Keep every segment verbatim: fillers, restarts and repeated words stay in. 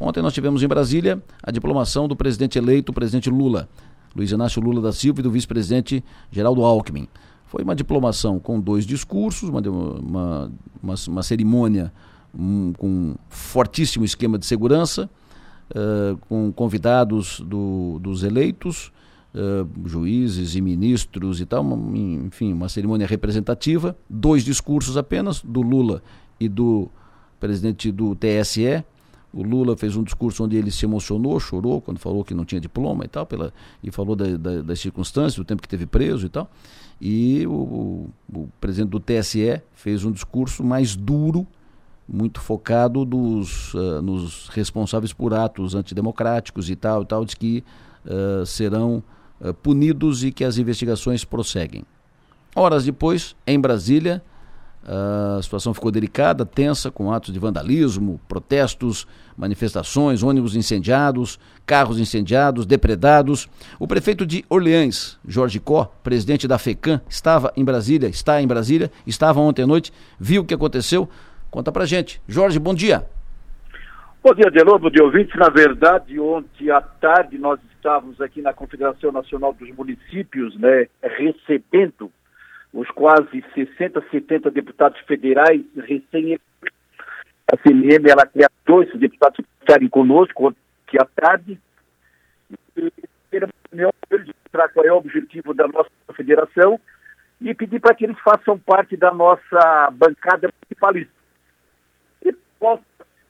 Ontem nós tivemos em Brasília a diplomação do presidente eleito, o presidente Lula, Luiz Inácio Lula da Silva, e do vice-presidente Geraldo Alckmin. Foi uma diplomação com dois discursos, uma, uma, uma, uma cerimônia um, com fortíssimo esquema de segurança, uh, com convidados do, dos eleitos, uh, juízes e ministros e tal, uma, enfim, uma cerimônia representativa, dois discursos apenas, do Lula e do presidente do T S E. O Lula fez um discurso onde ele se emocionou, chorou quando falou que não tinha diploma e tal, pela, e falou da, da, das circunstâncias, do tempo que teve preso e tal. E o, o presidente do T S E fez um discurso mais duro, muito focado dos, uh, nos responsáveis por atos antidemocráticos e tal, e tal, diz que uh, serão uh, punidos e que as investigações prosseguem. Horas depois, em Brasília, a situação ficou delicada, tensa, com atos de vandalismo, protestos, manifestações, ônibus incendiados, carros incendiados, depredados. O prefeito de Orleans, Jorge Có, presidente da FECAM, estava em Brasília, está em Brasília, estava ontem à noite, viu o que aconteceu. Conta pra gente. Jorge, bom dia. Bom dia, Adelor, bom dia, ouvintes. Na verdade, ontem à tarde nós estávamos aqui na Confederação Nacional dos Municípios, né, recebendo os quase sessenta, setenta deputados federais recém a C N M, ela criou dois deputados que estarem conosco ontem à tarde. E ter uma reunião para registrar qual é o objetivo da nossa federação e pedir para que eles façam parte da nossa bancada municipalista. E volta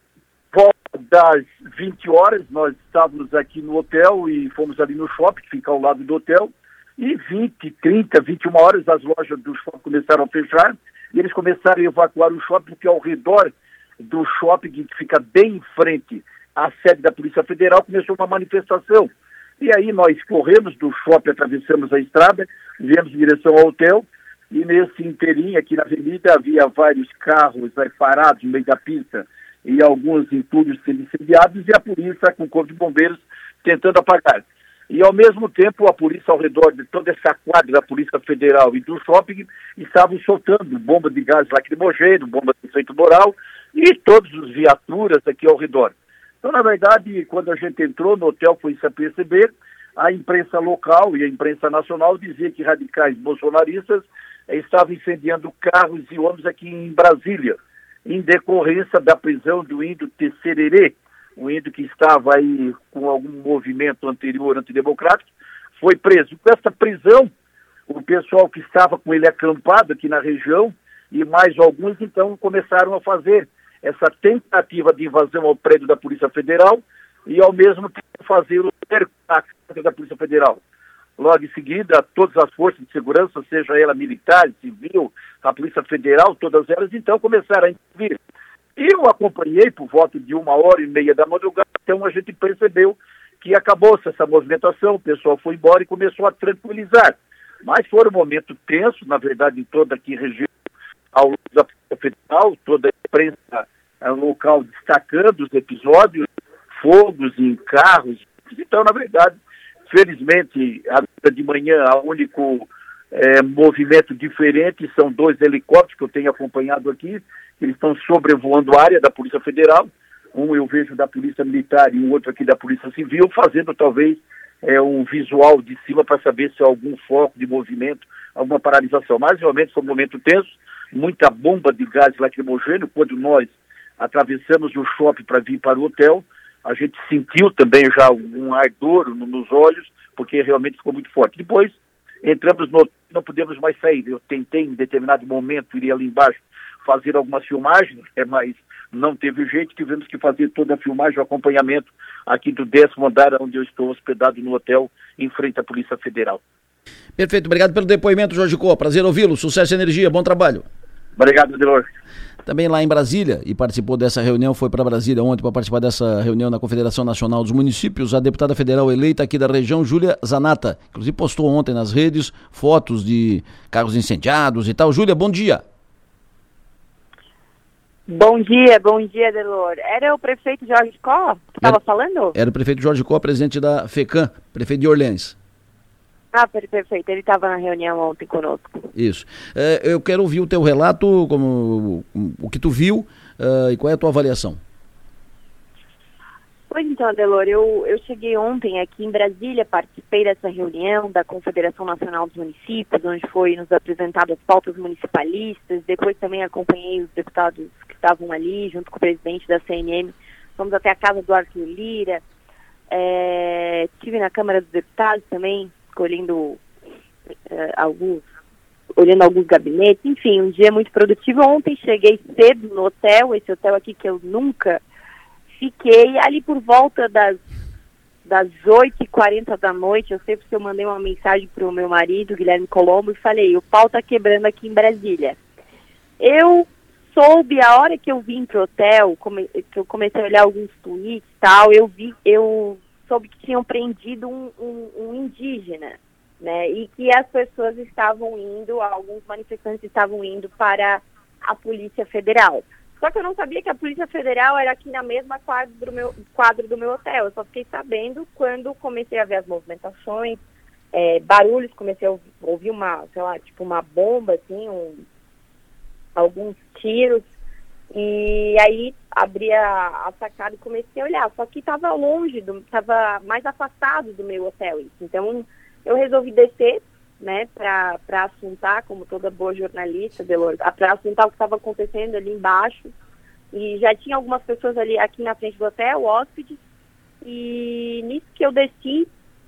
das vinte horas, nós estávamos aqui no hotel e fomos ali no shopping, que fica ao lado do hotel. E vinte, trinta, vinte e uma horas as lojas do shopping começaram a fechar e eles começaram a evacuar o shopping, porque ao redor do shopping, que fica bem em frente à sede da Polícia Federal, começou uma manifestação. E aí nós corremos do shopping, atravessamos a estrada, viemos em direção ao hotel e nesse inteirinho aqui na avenida havia vários carros aí, parados no meio da pista e alguns entulhos sendo incendiados e a polícia com o corpo de bombeiros tentando apagar. E, ao mesmo tempo, a polícia ao redor de toda essa quadra da Polícia Federal e do shopping estavam soltando bomba de gás lacrimogêneo, bomba de efeito moral e todas as viaturas aqui ao redor. Então, na verdade, quando a gente entrou no hotel, foi-se a perceber, a imprensa local e a imprensa nacional dizia que radicais bolsonaristas eh, estavam incendiando carros e ônibus aqui em Brasília, em decorrência da prisão do índio Tessererê, um índio que estava aí com algum movimento anterior antidemocrático, foi preso. Com essa prisão, o pessoal que estava com ele acampado aqui na região, e mais alguns, então, começaram a fazer essa tentativa de invasão ao prédio da Polícia Federal e, ao mesmo tempo, fazer o cerco à casa da Polícia Federal. Logo em seguida, todas as forças de segurança, seja ela militar, civil, a Polícia Federal, todas elas, então, começaram a intervir. Eu acompanhei por volta de uma hora e meia da madrugada, então a gente percebeu que acabou-se essa movimentação, o pessoal foi embora e começou a tranquilizar. Mas foi um momento tenso, na verdade, em toda aqui a região, ao longo da Polícia Federal, toda a imprensa local destacando os episódios, fogos em carros. Então, na verdade, felizmente, a de manhã, o único é, movimento diferente são dois helicópteros que eu tenho acompanhado aqui, eles estão sobrevoando a área da Polícia Federal, um eu vejo da Polícia Militar e um outro aqui da Polícia Civil, fazendo talvez é, um visual de cima para saber se há algum foco de movimento, alguma paralisação. Mas realmente foi um momento tenso, muita bomba de gás lacrimogêneo. Quando nós atravessamos o shopping para vir para o hotel, a gente sentiu também já um ardor nos olhos, porque realmente ficou muito forte. Depois entramos no hotel, não podemos mais sair. Eu tentei em determinado momento ir ali embaixo fazer algumas filmagens, é, mas não teve jeito, tivemos que fazer toda a filmagem, o acompanhamento aqui do décimo andar, onde eu estou hospedado no hotel, em frente à Polícia Federal. Perfeito, obrigado pelo depoimento, Jorge Có, prazer ouvi-lo, sucesso e energia, bom trabalho. Obrigado, Adelor. Também lá em Brasília, e participou dessa reunião, foi para Brasília ontem para participar dessa reunião na Confederação Nacional dos Municípios, a deputada federal eleita aqui da região, Júlia Zanata, inclusive postou ontem nas redes fotos de carros incendiados e tal. Júlia, bom dia. Bom dia, bom dia, Adelor. Era o prefeito Jorge Có que estava falando? Era o prefeito Jorge Có, presidente da FECAM, prefeito de Orleans. Ah, perfeito, ele estava na reunião ontem conosco. Isso. É, eu quero ouvir o teu relato, como, o que tu viu uh, e qual é a tua avaliação. Pois então, Adelor, eu, eu cheguei ontem aqui em Brasília, participei dessa reunião da Confederação Nacional dos Municípios, onde foi nos apresentado as pautas municipalistas, depois também acompanhei os deputados que estavam ali, junto com o presidente da C N M, fomos até a casa do Arthur Lira, é, estive na Câmara dos Deputados também, escolhendo é, alguns, olhando alguns gabinetes, enfim, um dia muito produtivo. Ontem cheguei cedo no hotel, esse hotel aqui que eu nunca... Fiquei ali por volta das, das oito e quarenta da noite, eu sei porque eu mandei uma mensagem para o meu marido, Guilherme Colombo, e falei, o pau tá quebrando aqui em Brasília. Eu soube, a hora que eu vim pro hotel, come, que eu comecei a olhar alguns tweets e tal, eu vi, eu soube que tinham prendido um, um, um indígena, né, e que as pessoas estavam indo, alguns manifestantes estavam indo para a Polícia Federal. Só que eu não sabia que a Polícia Federal era aqui na mesma quadro do meu, quadro do meu hotel. Eu só fiquei sabendo quando comecei a ver as movimentações, é, barulhos, comecei a ouvir, ouvir uma, sei lá, tipo uma bomba, assim, um, alguns tiros. E aí abri a, a sacada e comecei a olhar. Só que estava longe, estava mais afastado do meu hotel. Isso. Então eu resolvi descer, né, para assuntar, como toda boa jornalista, para assuntar o que estava acontecendo ali embaixo. E já tinha algumas pessoas ali aqui na frente do hotel, hóspedes, e nisso que eu desci,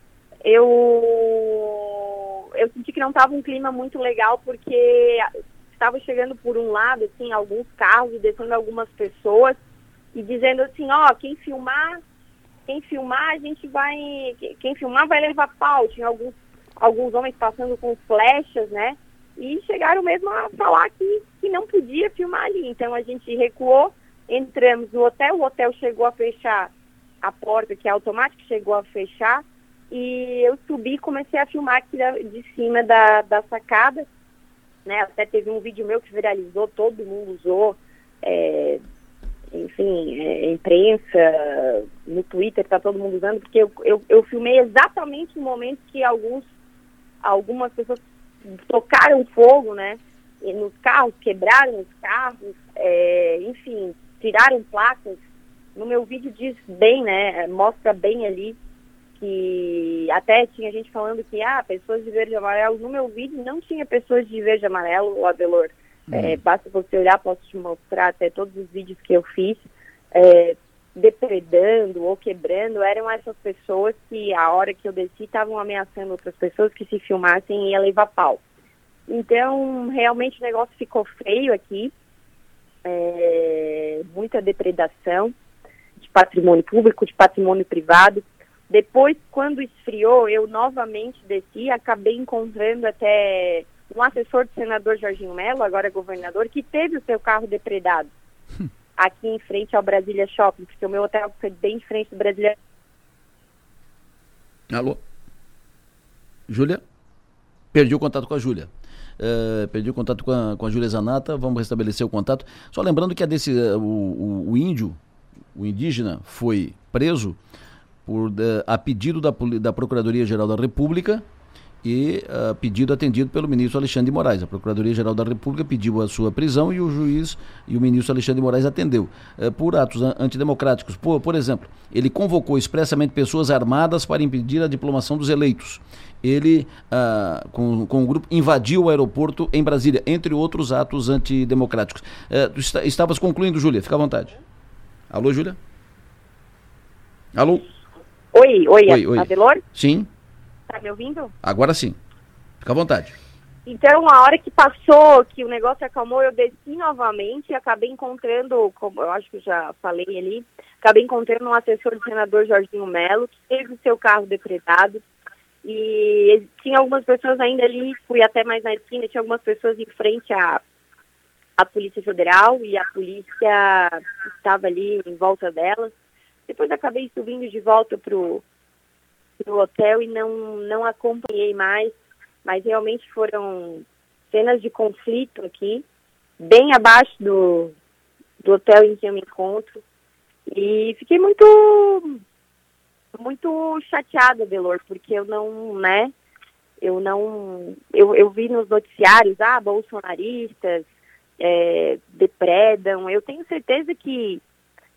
eu, eu senti que não estava um clima muito legal, porque estava chegando por um lado, assim, alguns carros e descendo algumas pessoas, e dizendo assim, ó, oh, quem filmar, quem filmar, a gente vai, quem filmar vai levar pau. Tinha alguns alguns homens passando com flechas, né, e chegaram mesmo a falar que, que não podia filmar ali. Então a gente recuou, entramos no hotel, o hotel chegou a fechar a porta, que é automática, chegou a fechar, e eu subi e comecei a filmar aqui da, de cima da, da sacada, né, até teve um vídeo meu que viralizou, todo mundo usou, é, enfim, é, imprensa, no Twitter tá todo mundo usando, porque eu, eu, eu filmei exatamente no momento que alguns algumas pessoas tocaram fogo, né, nos carros, quebraram os carros, é, enfim, tiraram placas. No meu vídeo diz bem, né, mostra bem ali que até tinha gente falando que, ah, pessoas de verde e amarelo. No meu vídeo não tinha pessoas de verde e amarelo, o Adelor. Hum. É, basta você olhar, posso te mostrar até todos os vídeos que eu fiz, é, depredando ou quebrando, eram essas pessoas que a hora que eu desci estavam ameaçando outras pessoas que se filmassem ia levar pau. Então, realmente o negócio ficou feio aqui, é, muita depredação de patrimônio público, de patrimônio privado. Depois, quando esfriou, eu novamente desci, acabei encontrando até um assessor do senador Jorginho Melo, agora governador, que teve o seu carro depredado aqui em frente ao Brasília Shopping, porque o meu hotel fica bem em frente do Brasília. Alô? Júlia? Perdi o contato com a Júlia. Uh, perdi o contato com a, com a Júlia Zanata, vamos restabelecer o contato. Só lembrando que a desse, uh, o, o, o índio, o indígena, foi preso por, uh, a pedido da, da Procuradoria-Geral da República e uh, pedido atendido pelo ministro Alexandre de Moraes. A Procuradoria-Geral da República pediu a sua prisão e o juiz e o ministro Alexandre de Moraes atendeu. Uh, por atos antidemocráticos. Por, por exemplo, ele convocou expressamente pessoas armadas para impedir a diplomação dos eleitos. Ele, uh, com, com o grupo, invadiu o aeroporto em Brasília, entre outros atos antidemocráticos. Uh, tu está, estavas concluindo, Júlia? Fica à vontade. Alô, Júlia? Alô? Oi, oi, oi, oi. Adelor? Sim. Tá me ouvindo? Agora sim. Fica à vontade. Então, a hora que passou, que o negócio acalmou, eu desci novamente e acabei encontrando, como eu acho que já falei ali, acabei encontrando um assessor do senador Jorginho Melo, que teve o seu carro depredado. E tinha algumas pessoas ainda ali, fui até mais na esquina, tinha algumas pessoas em frente à, à Polícia Federal e a polícia estava ali em volta delas. Depois acabei subindo de volta pro no hotel e não, não acompanhei mais, mas realmente foram cenas de conflito aqui, bem abaixo do, do hotel em que eu me encontro, e fiquei muito, muito chateada, Delor, porque eu não, né, eu não, eu, eu vi nos noticiários, ah, bolsonaristas é, depredam, eu tenho certeza que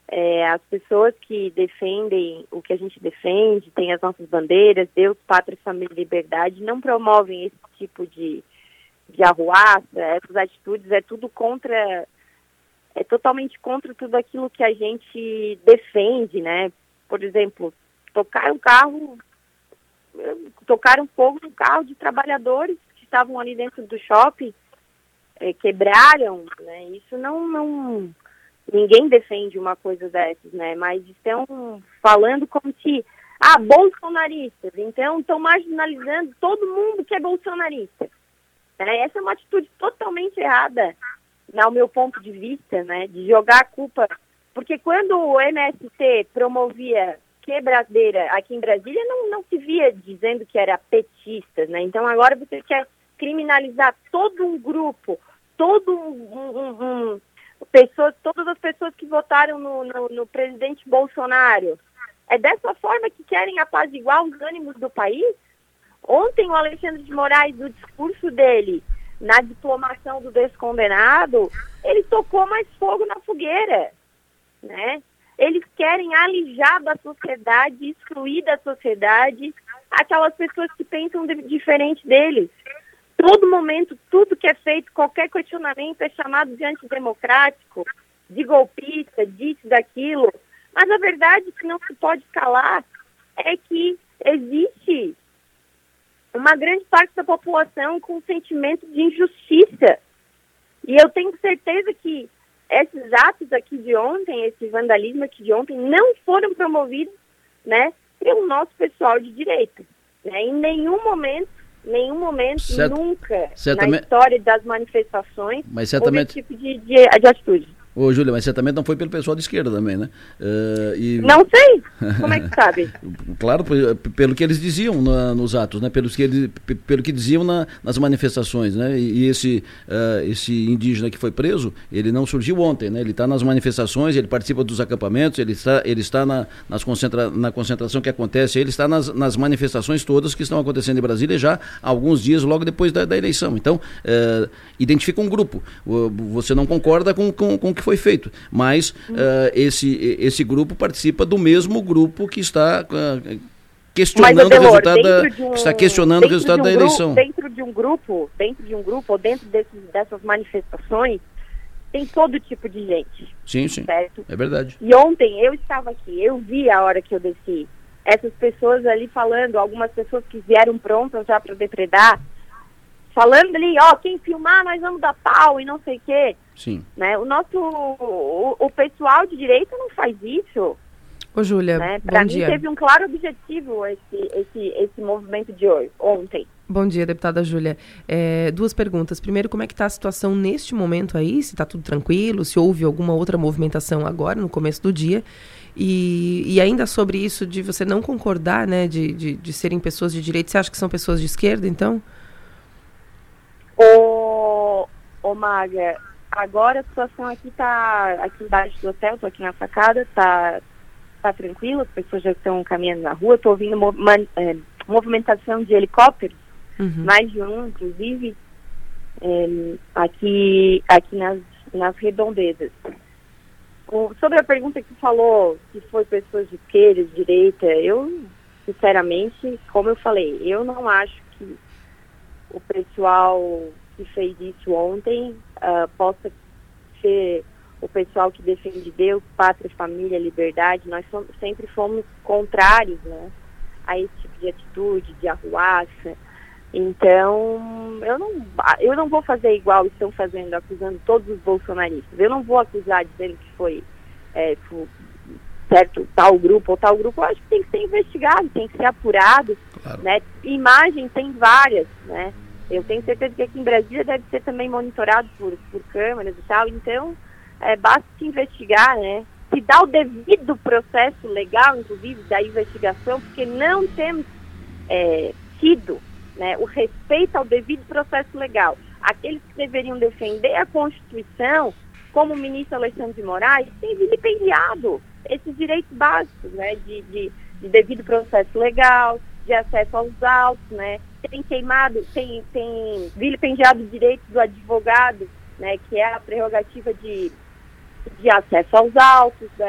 É, as pessoas que defendem o que a gente defende, têm as nossas bandeiras, Deus, Pátria, Família e Liberdade, não promovem esse tipo de, de arruaça, essas atitudes, é tudo contra, é totalmente contra tudo aquilo que a gente defende, né? Por exemplo, tocar um carro, tocaram fogo no carro de trabalhadores que estavam ali dentro do shopping, é, quebraram, né? Isso não... não ninguém defende uma coisa dessas, né? Mas estão falando como se, ah, bolsonaristas, então estão marginalizando todo mundo que é bolsonarista. É, essa é uma atitude totalmente errada, no meu ponto de vista, né? De jogar a culpa. Porque quando o M S T promovia quebradeira aqui em Brasília, não, não se via dizendo que era petista, né? Então agora você quer criminalizar todo um grupo, todo um... um, um Pessoas, todas as pessoas que votaram no, no, no presidente Bolsonaro. É dessa forma que querem apaziguar os ânimos do país? Ontem o Alexandre de Moraes, no discurso dele, na diplomação do descondenado, ele tocou mais fogo na fogueira, né? Eles querem alijar da sociedade, excluir da sociedade aquelas pessoas que pensam de, diferente deles. Todo momento, tudo que é feito, qualquer questionamento é chamado de antidemocrático, de golpista, disso, daquilo. Mas a verdade que não se pode calar é que existe uma grande parte da população com um sentimento de injustiça. E eu tenho certeza que esses atos aqui de ontem, esse vandalismo aqui de ontem, não foram promovidos, né, pelo nosso pessoal de direita. Né? Em nenhum momento, nenhum momento, Certo. nunca Certamente... na história das manifestações Mas certamente... houve esse tipo de, de, de atitude. Ô, Júlia, mas certamente não foi pelo pessoal de esquerda também, né? Uh, e... Não sei. Como é que sabe? Claro, pelo que eles diziam na, nos atos, né? Pelos que eles, pelo que diziam na, nas manifestações, né? E, e esse, uh, esse indígena que foi preso, ele não surgiu ontem, né? Ele está nas manifestações, ele participa dos acampamentos, ele está, ele está na, nas concentra, na concentração que acontece, ele está nas, nas manifestações todas que estão acontecendo em Brasília já há alguns dias, logo depois da, da eleição. Então, uh, identifica um grupo. Uh, você não concorda com, com, com o que foi feito, mas hum. uh, esse, esse grupo participa do mesmo grupo que está uh, questionando mas, Adelor, o resultado da, um, que está questionando o resultado um da eleição. Grupo, dentro de um grupo, dentro de um grupo ou dentro desses, dessas manifestações, tem todo tipo de gente. Sim, sim. Certo? É verdade. E ontem eu estava aqui, eu vi a hora que eu desci, essas pessoas ali falando, algumas pessoas que vieram prontas já para depredar, falando ali, ó, quem filmar nós vamos dar pau e não sei o quê. Sim. Né? O nosso, o, o pessoal de direita não faz isso. Ô, Júlia, né? bom Para mim dia. teve um claro objetivo esse, esse, esse movimento de hoje, ontem. Bom dia, deputada Júlia. É, duas perguntas. Primeiro, como é que está a situação neste momento aí? Se está tudo tranquilo, se houve alguma outra movimentação agora, no começo do dia. E, e ainda sobre isso de você não concordar, né, de, de, de serem pessoas de direita, você acha que são pessoas de esquerda, então? Ô, ô Maga, agora a situação aqui tá aqui embaixo do hotel, tô aqui na sacada, tá, tá tranquilo, as pessoas já estão caminhando na rua, tô ouvindo mov man, é, movimentação de helicópteros, uhum. mais de um, inclusive, é, aqui, aqui nas, nas redondezas. O, sobre a pergunta que tu falou, se foi pessoas de esquerda, de direita, eu, sinceramente, como eu falei, eu não acho que o pessoal que fez isso ontem uh, possa ser o pessoal que defende Deus, pátria, família, liberdade. Nós somos, sempre fomos contrários, né, a esse tipo de atitude, de arruaça. Então, eu não, eu não vou fazer igual estão fazendo, acusando todos os bolsonaristas. Eu não vou acusar dizendo que foi é, certo, tal grupo ou tal grupo. Eu acho que tem que ser investigado, tem que ser apurado. Claro. Né? Imagens tem várias, né? Eu tenho certeza que aqui em Brasília deve ser também monitorado por, por câmeras e tal. Então, é, basta se investigar, né? Se dá o devido processo legal, inclusive, da investigação, porque não temos é, tido, né, o respeito ao devido processo legal. Aqueles que deveriam defender a Constituição, como o ministro Alexandre de Moraes, têm vilipendiado esses direitos básicos, né, de, de, de devido processo legal, de acesso aos autos, né, tem queimado, tem, tem vilipendiado os direitos do advogado, né, que é a prerrogativa de, de acesso aos autos, né,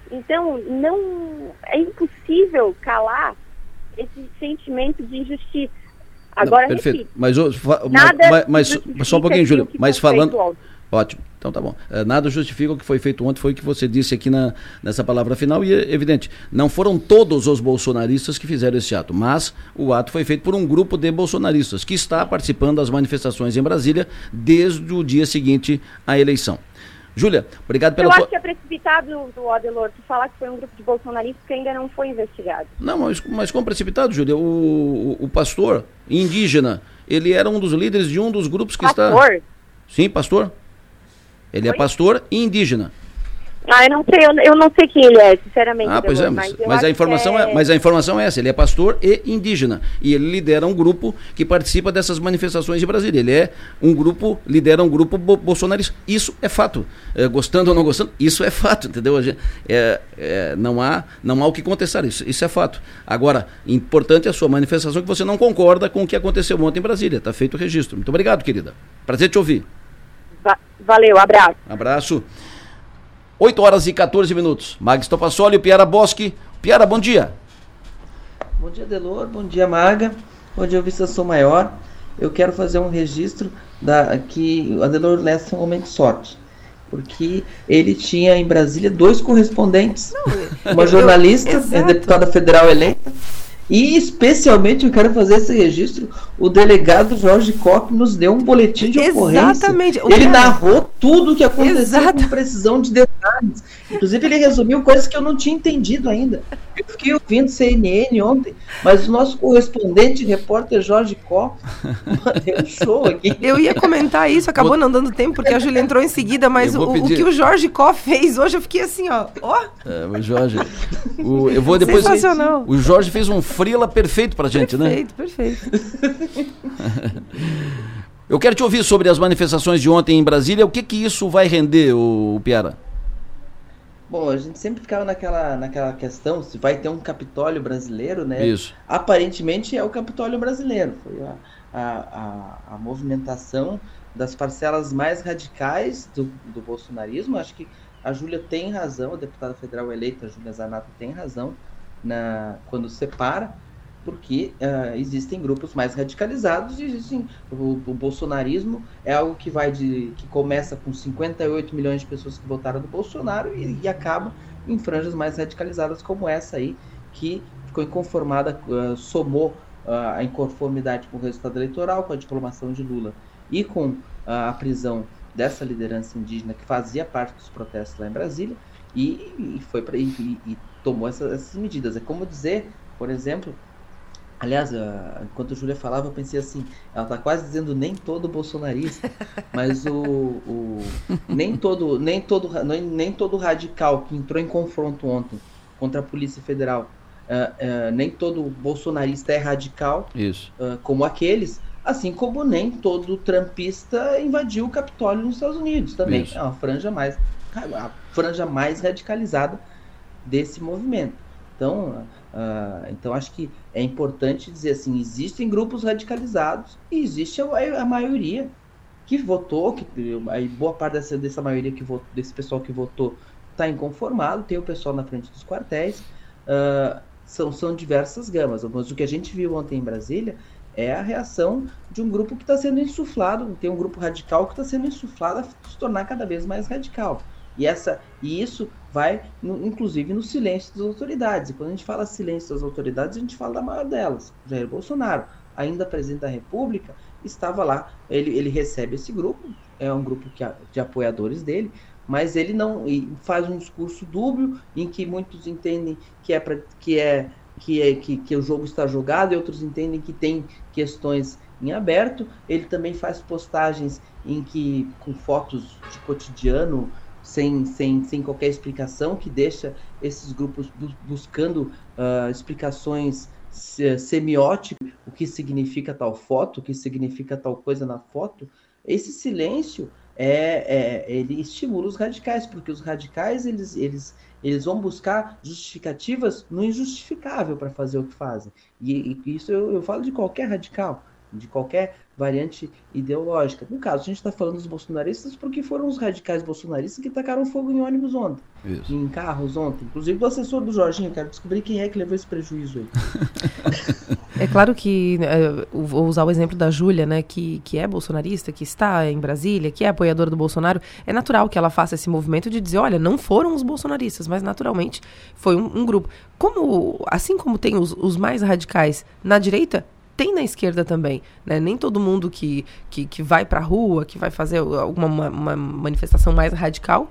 Então, não é impossível calar esse sentimento de injustiça. Agora, não, perfeito. repito, mas, nada mas, mas só um pouquinho, Júlia. Mas falando... Ótimo. Então tá bom. É, nada justifica o que foi feito ontem, foi o que você disse aqui na, nessa palavra final, e é evidente, não foram todos os bolsonaristas que fizeram esse ato, mas o ato foi feito por um grupo de bolsonaristas que está participando das manifestações em Brasília desde o dia seguinte à eleição. Júlia, obrigado pela... Eu acho tua... que é precipitado, do Adelor, tu falar que foi um grupo de bolsonaristas que ainda não foi investigado. Não, mas, mas como precipitado, Júlia? O, o, o pastor indígena, ele era um dos líderes de um dos grupos que pastor? está... Pastor? Sim, pastor. Ele Oi? é pastor e indígena. Ah, eu não sei, eu, eu não sei quem ele é, sinceramente. Ah, pois Adelor, é, mas, mas, mas, a informação é... É, mas a informação é essa, ele é pastor e indígena. E ele lidera um grupo que participa dessas manifestações de Brasília. Ele é um grupo, lidera um grupo bo bolsonarista. Isso é fato. É, gostando ou não gostando, isso é fato, entendeu? É, é, não, há, não há o que contestar, isso, isso é fato. Agora, importante é a sua manifestação que você não concorda com o que aconteceu ontem em Brasília. Está feito o registro. Muito obrigado, querida. Prazer te ouvir. Va valeu, abraço. Abraço. oito horas e quatorze minutos. Maga Estopassoli e Piara Boschi. Piara, bom dia. Bom dia, Adelor. Bom dia, Maga. Bom dia, Vista Sou Maior. Eu quero fazer um registro da, que o Adelor Lessa é um homem de sorte. Porque ele tinha em Brasília dois correspondentes. Não, uma jornalista, é deputada federal eleita. E especialmente eu quero fazer esse registro, o delegado Jorge Kopp nos deu um boletim de ocorrência. Exatamente. Ele narrou tudo o que aconteceu Exato. com precisão de detalhes. Inclusive ele resumiu coisas que eu não tinha entendido ainda. Eu fiquei ouvindo C N N ontem, mas o nosso correspondente, repórter Jorge Kopp, deu um show aqui. Eu ia comentar isso, acabou vou... não dando tempo, porque a Júlia entrou em seguida, mas o, pedir... o que o Jorge Kopp fez hoje, eu fiquei assim, ó. ó. É, o Jorge... O, eu vou depois... Sensacional. O Jorge fez um frila perfeito pra gente, perfeito, né? Perfeito, perfeito. Eu quero te ouvir sobre as manifestações de ontem em Brasília. O que que isso vai render, o Piara? Bom, a gente sempre ficava naquela, naquela questão se vai ter um Capitólio brasileiro, né? Isso. Aparentemente é o Capitólio brasileiro. Foi a, a, a, a movimentação das parcelas mais radicais do, do bolsonarismo. Acho que a Júlia tem razão, a deputada federal eleita, a Júlia Zanata, tem razão na, quando separa, porque uh, existem grupos mais radicalizados e existem, o, o bolsonarismo é algo que vai de que começa com cinquenta e oito milhões de pessoas que votaram no Bolsonaro e, e acaba em franjas mais radicalizadas como essa aí, que ficou inconformada, uh, somou uh, a inconformidade com o resultado eleitoral, com a diplomação de Lula e com uh, a prisão dessa liderança indígena que fazia parte dos protestos lá em Brasília e, e foi pra, e, e tomou essa, essas medidas. É como dizer, por exemplo, aliás, uh, enquanto a Júlia falava, eu pensei assim, ela está quase dizendo nem todo bolsonarista, mas o, o nem todo nem todo nem, nem todo radical que entrou em confronto ontem contra a Polícia Federal, uh, uh, nem todo bolsonarista é radical. Isso. Uh, como aqueles. Assim como nem todo trampista invadiu o Capitólio nos Estados Unidos também. Isso. É uma franja mais, a franja mais radicalizada desse movimento. Então, uh, então acho que é importante dizer assim, existem grupos radicalizados e existe a, a maioria que votou, que aí boa parte dessa, dessa maioria que votou, desse pessoal que votou está inconformado, tem o pessoal na frente dos quartéis, uh, são, são diversas gamas. Mas o que a gente viu ontem em Brasília é a reação de um grupo que está sendo insuflado, tem um grupo radical que está sendo insuflado a se tornar cada vez mais radical. E, essa, e isso vai, no, inclusive, no silêncio das autoridades. E quando a gente fala silêncio das autoridades, a gente fala da maior delas. Jair Bolsonaro, ainda presidente da República, estava lá, ele, ele recebe esse grupo, é um grupo que, de apoiadores dele, mas ele não faz um discurso dúbio, em que muitos entendem que é, pra, que é Que, é, que, que o jogo está jogado e outros entendem que tem questões em aberto. Ele também faz postagens em que, com fotos de cotidiano, sem, sem, sem qualquer explicação, que deixa esses grupos bu- buscando uh, explicações se, semióticas, o que significa tal foto, o que significa tal coisa na foto. Esse silêncio é, é, ele estimula os radicais, porque os radicais eles, eles eles vão buscar justificativas no injustificável para fazer o que fazem. E, e isso eu, eu falo de qualquer radical. de qualquer variante ideológica. No caso, a gente está falando dos bolsonaristas porque foram os radicais bolsonaristas que tacaram fogo em ônibus ontem, Isso. em carros ontem. Inclusive o assessor do Jorginho, quero descobrir quem é que levou esse prejuízo aí. É claro que, vou usar o exemplo da Júlia, né, que, que é bolsonarista, que está em Brasília, que é apoiadora do Bolsonaro, é natural que ela faça esse movimento de dizer, olha, não foram os bolsonaristas, mas naturalmente foi um, um grupo. Como, assim como tem os, os mais radicais na direita, tem na esquerda também, né? Nem todo mundo que, que, que vai para a rua, que vai fazer alguma uma, uma manifestação mais radical,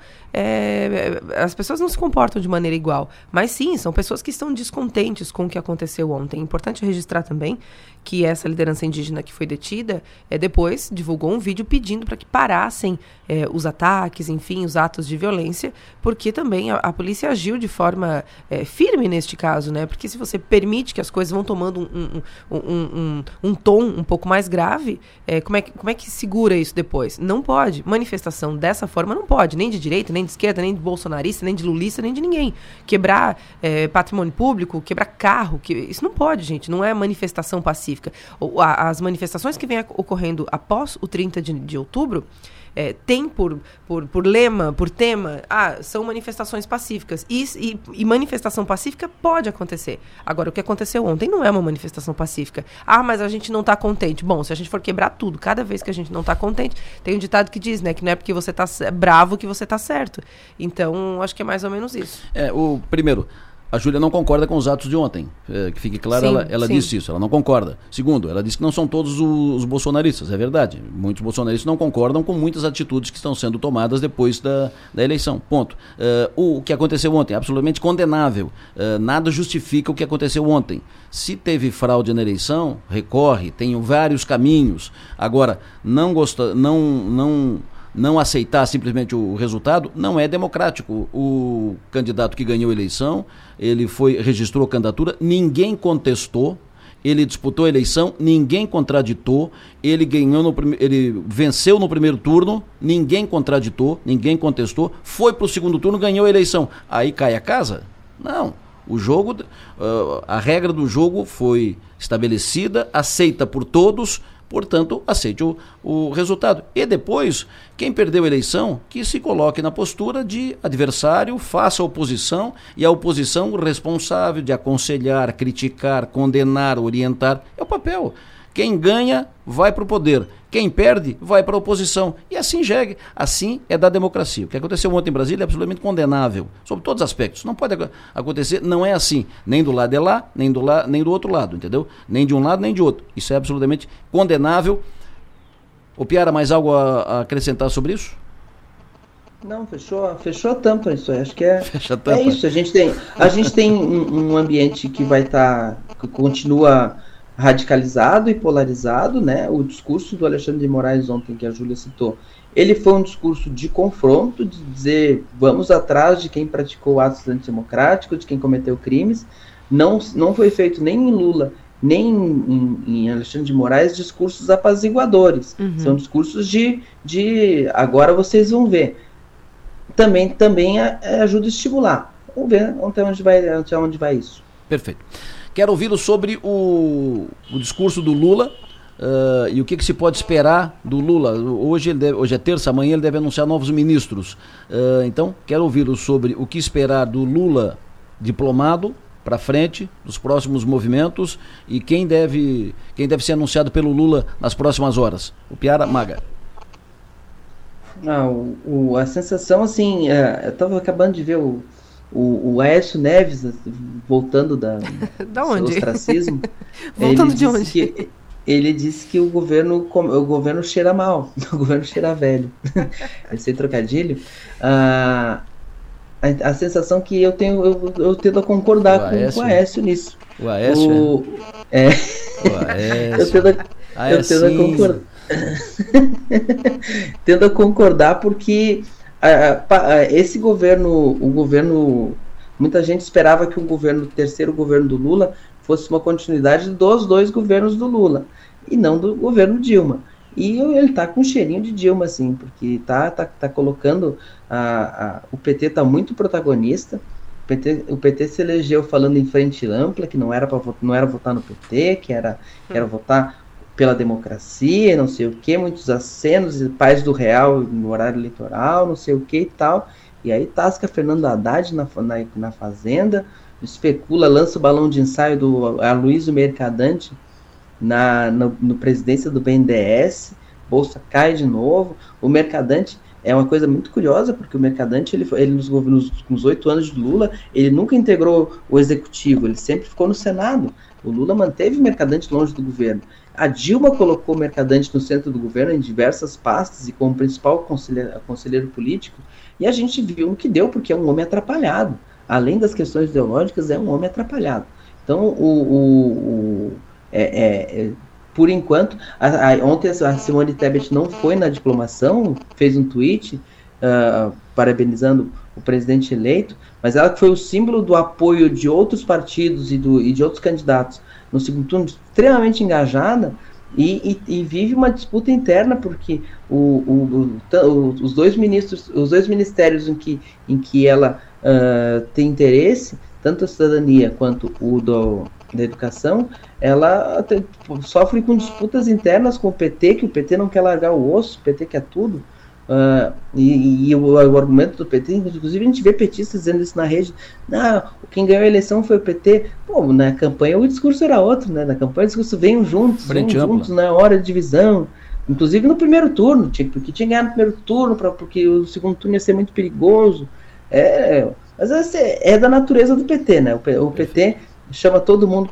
é, as pessoas não se comportam de maneira igual. Mas sim, são pessoas que estão descontentes com o que aconteceu ontem. É importante registrar também que essa liderança indígena que foi detida, é, depois divulgou um vídeo pedindo para que parassem é, os ataques, enfim, os atos de violência, porque também a, a polícia agiu de forma é, firme neste caso, né? Porque se você permite que as coisas vão tomando um, um, um, um, um tom um pouco mais grave, é, como, é que, como é que segura isso depois? Não pode. Manifestação dessa forma não pode, nem de direita, nem de esquerda, nem de bolsonarista, nem de lulista, nem de ninguém. Quebrar é, patrimônio público, quebrar carro, que, isso não pode, gente, não é manifestação pacífica. As manifestações que vêm ocorrendo após o trinta de outubro é, tem por, por, por lema, por tema, ah, são manifestações pacíficas. E, e, e manifestação pacífica pode acontecer. Agora, o que aconteceu ontem não é uma manifestação pacífica. Ah, mas a gente não está contente. Bom, se a gente for quebrar tudo, cada vez que a gente não está contente, tem um ditado que diz, né, que não é porque você está bravo que você está certo. Então, acho que é mais ou menos isso. É, o primeiro... A Júlia não concorda com os atos de ontem, é, que fique claro, sim, ela, ela disse isso, ela não concorda. Segundo, ela disse que não são todos os, os bolsonaristas, é verdade. Muitos bolsonaristas não concordam com muitas atitudes que estão sendo tomadas depois da, da eleição, ponto. Uh, o, o que aconteceu ontem, absolutamente condenável, uh, nada justifica o que aconteceu ontem. Se teve fraude na eleição, recorre, tem vários caminhos. Agora, não gosta, não... não não aceitar simplesmente o resultado, não é democrático. O candidato que ganhou a eleição, ele foi, registrou a candidatura, ninguém contestou, ele disputou a eleição, ninguém contraditou, ele ganhou no, ele venceu no primeiro turno, ninguém contraditou, ninguém contestou, foi para o segundo turno, ganhou a eleição. Aí cai a casa? Não. O jogo, uh, a regra do jogo foi estabelecida, aceita por todos, portanto, aceite o, o resultado. E depois, quem perdeu a eleição, que se coloque na postura de adversário, faça oposição, e a oposição responsável de aconselhar, criticar, condenar, orientar, é o papel. Quem ganha, vai para o poder. Quem perde, vai para a oposição. E assim jegue. Assim é da democracia. O que aconteceu ontem em Brasília é absolutamente condenável, sob todos os aspectos. Não pode acontecer, não é assim. Nem do lado de lá, nem do, la, nem do outro lado, entendeu? Nem de um lado, nem de outro. Isso é absolutamente condenável. Ô Piara, mais algo a, a acrescentar sobre isso? Não, fechou, fechou a tampa isso aí. Acho que é, Fecha a tampa. É isso. A gente tem, a gente tem um, um ambiente que vai estar, tá, que continua radicalizado e polarizado, né? O discurso do Alexandre de Moraes ontem, que a Júlia citou, ele foi um discurso de confronto, de dizer, vamos atrás de quem praticou atos antidemocráticos, de quem cometeu crimes. Não, não foi feito nem em Lula, nem em, em Alexandre de Moraes discursos apaziguadores. Uhum. São discursos de, de agora vocês vão ver. Também, também ajuda a estimular. Vamos ver até onde vai, até onde vai isso. Perfeito. Quero ouvi-lo sobre o, o discurso do Lula uh, e o que, que se pode esperar do Lula. Hoje, ele deve, hoje é terça, amanhã ele deve anunciar novos ministros. Uh, então, quero ouvi-lo sobre o que esperar do Lula diplomado para frente, dos próximos movimentos e quem deve, quem deve ser anunciado pelo Lula nas próximas horas. O Piara Maga. Ah, o, o, a sensação, assim, é, eu estava acabando de ver o O, o Aécio Neves, voltando da, da onde? do ostracismo, voltando de onde? Que, ele disse que o governo, o governo cheira mal, o governo cheira velho. Sem trocadilho. Ah, a, a sensação que eu tenho, eu, eu tendo a concordar o com, Aécio, com o Aécio nisso. O Aécio? O, é. O Aécio. eu tendo a, eu tendo a concordar. tendo a concordar porque esse governo, o governo, muita gente esperava que o governo, o terceiro governo do Lula fosse uma continuidade dos dois governos do Lula e não do governo Dilma. E ele está com um cheirinho de Dilma, assim, porque tá, tá, tá colocando a, a, o P T está muito protagonista. O P T, o P T se elegeu falando em frente ampla, que não era para não era votar no P T, que era, que era votar pela democracia, não sei o que, muitos acenos, paz do real no horário eleitoral, não sei o que e tal. E aí tasca Fernando Haddad na, na, na Fazenda, especula, lança o balão de ensaio do Aloysio Mercadante na no, no presidência do B N D E S, Bolsa cai de novo. O Mercadante é uma coisa muito curiosa, porque o Mercadante, ele, ele nos, nos, nos oito anos de Lula, ele nunca integrou o executivo, ele sempre ficou no Senado. O Lula manteve o Mercadante longe do governo. A Dilma colocou o Mercadante no centro do governo em diversas pastas e como principal conselheiro, conselheiro político, e a gente viu o que deu, porque é um homem atrapalhado. Além das questões ideológicas, é um homem atrapalhado. Então, o, o, o, é, é, é, por enquanto, a, a, ontem a Simone Tebet não foi na diplomação, fez um tweet uh, parabenizando o presidente eleito, mas ela foi o símbolo do apoio de outros partidos e, do, e de outros candidatos no segundo turno, extremamente engajada, e, e, e vive uma disputa interna, porque o, o, o, os dois ministros, os dois ministérios em que, em que ela uh, tem interesse, tanto a cidadania quanto o do, da educação, ela te, sofre com disputas internas com o P T, que o P T não quer largar o osso, o P T quer tudo. Uh, e, e o, o argumento do P T, inclusive a gente vê petistas dizendo isso na rede, não, quem ganhou a eleição foi o P T. Pô, na campanha o discurso era outro, né? Na campanha o discurso venham juntos, venham juntos na hora de divisão, inclusive no primeiro turno, tinha, porque tinha que ganhar no primeiro turno, pra, porque o segundo turno ia ser muito perigoso. É, mas é, é da natureza do P T, né? O, P, o P T chama todo mundo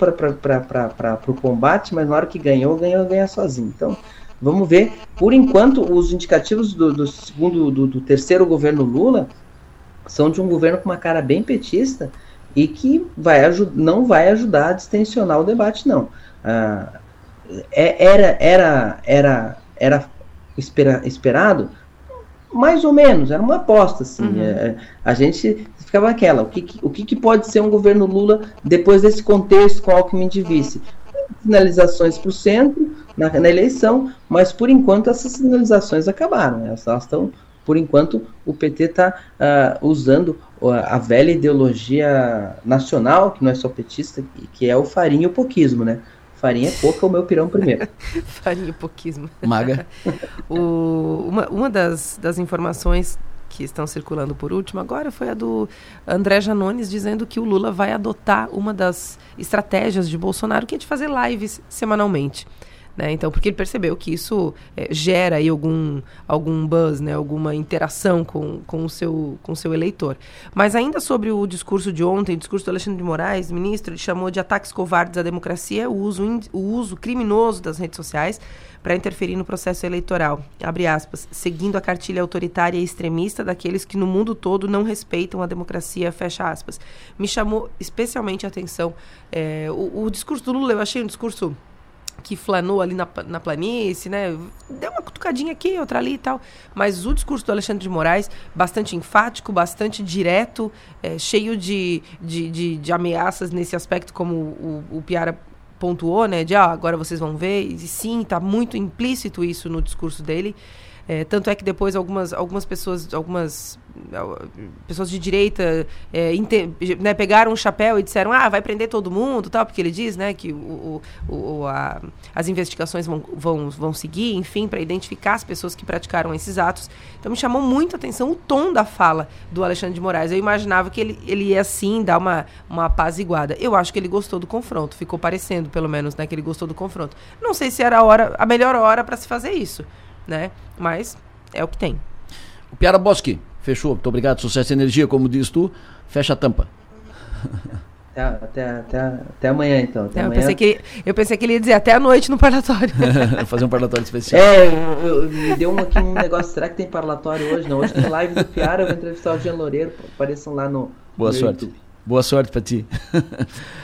para o combate, mas na hora que ganhou, ganhou, ganha sozinho. Então, vamos ver. Por enquanto, os indicativos do, do segundo, do, do terceiro governo Lula são de um governo com uma cara bem petista e que vai não vai ajudar a distensionar o debate, não. Ah, é, era, era, era, era espera, esperado, mais ou menos, era uma aposta, assim. Uhum. É, a gente ficava aquela, o que, o que pode ser um governo Lula depois desse contexto com Alckmin de vice? Sinalizações para o centro, Na, na eleição, mas por enquanto essas sinalizações acabaram, né? Elas estão, por enquanto, o P T está uh, usando a, a velha ideologia nacional, que não é só petista, que é o farinha e o pouquismo, né? Farinha é pouca, o meu pirão primeiro. Farinha e pouquismo. Maga. o, uma uma das, das informações que estão circulando por último agora foi a do André Janones dizendo que o Lula vai adotar uma das estratégias de Bolsonaro, que é de fazer lives semanalmente. Né? Então, porque ele percebeu que isso é, gera aí algum, algum buzz, né? Alguma interação com, com, o seu, com o seu eleitor. Mas ainda sobre o discurso de ontem, o discurso do Alexandre de Moraes, ministro, ele chamou de ataques covardes à democracia o uso, o uso criminoso das redes sociais para interferir no processo eleitoral, abre aspas, seguindo a cartilha autoritária e extremista daqueles que no mundo todo não respeitam a democracia, fecha aspas. Me chamou especialmente a atenção é, o, o discurso do Lula, eu achei um discurso que flanou ali na, na planície, né? Deu uma cutucadinha aqui, outra ali e tal. Mas o discurso do Alexandre de Moraes, bastante enfático, bastante direto, é, cheio de, de, de, de ameaças nesse aspecto, como o, o Piara pontuou, né? De, ah, agora vocês vão ver. E sim, está muito implícito isso no discurso dele. É, tanto é que depois algumas, algumas pessoas, algumas pessoas de direita é, inte, né, pegaram um chapéu e disseram, ah, vai prender todo mundo, tal, porque ele diz, né, que o, o, a, as investigações vão, vão, vão seguir, enfim, para identificar as pessoas que praticaram esses atos. Então me chamou muito a atenção o tom da fala do Alexandre de Moraes. Eu imaginava que ele, ele ia, sim, dar uma, uma apaziguada. Eu acho que ele gostou do confronto, ficou parecendo, pelo menos, né, que ele gostou do confronto. Não sei se era a, hora, a melhor hora para se fazer isso, né? Mas é o que tem. O Piara Boschi, fechou. Muito obrigado. Sucesso e energia, como diz tu. Fecha a tampa. Até, até, até, até amanhã, então. Até é, amanhã. Eu, pensei que, eu pensei que ele ia dizer até a noite no parlatório. Fazer um parlatório especial. É, eu, eu, me deu um, aqui um negócio. Será que tem parlatório hoje? Não, hoje tem live do Piara. Eu vou entrevistar o Jean Loureiro. Apareçam lá no. Boa no sorte. YouTube. Boa sorte pra ti.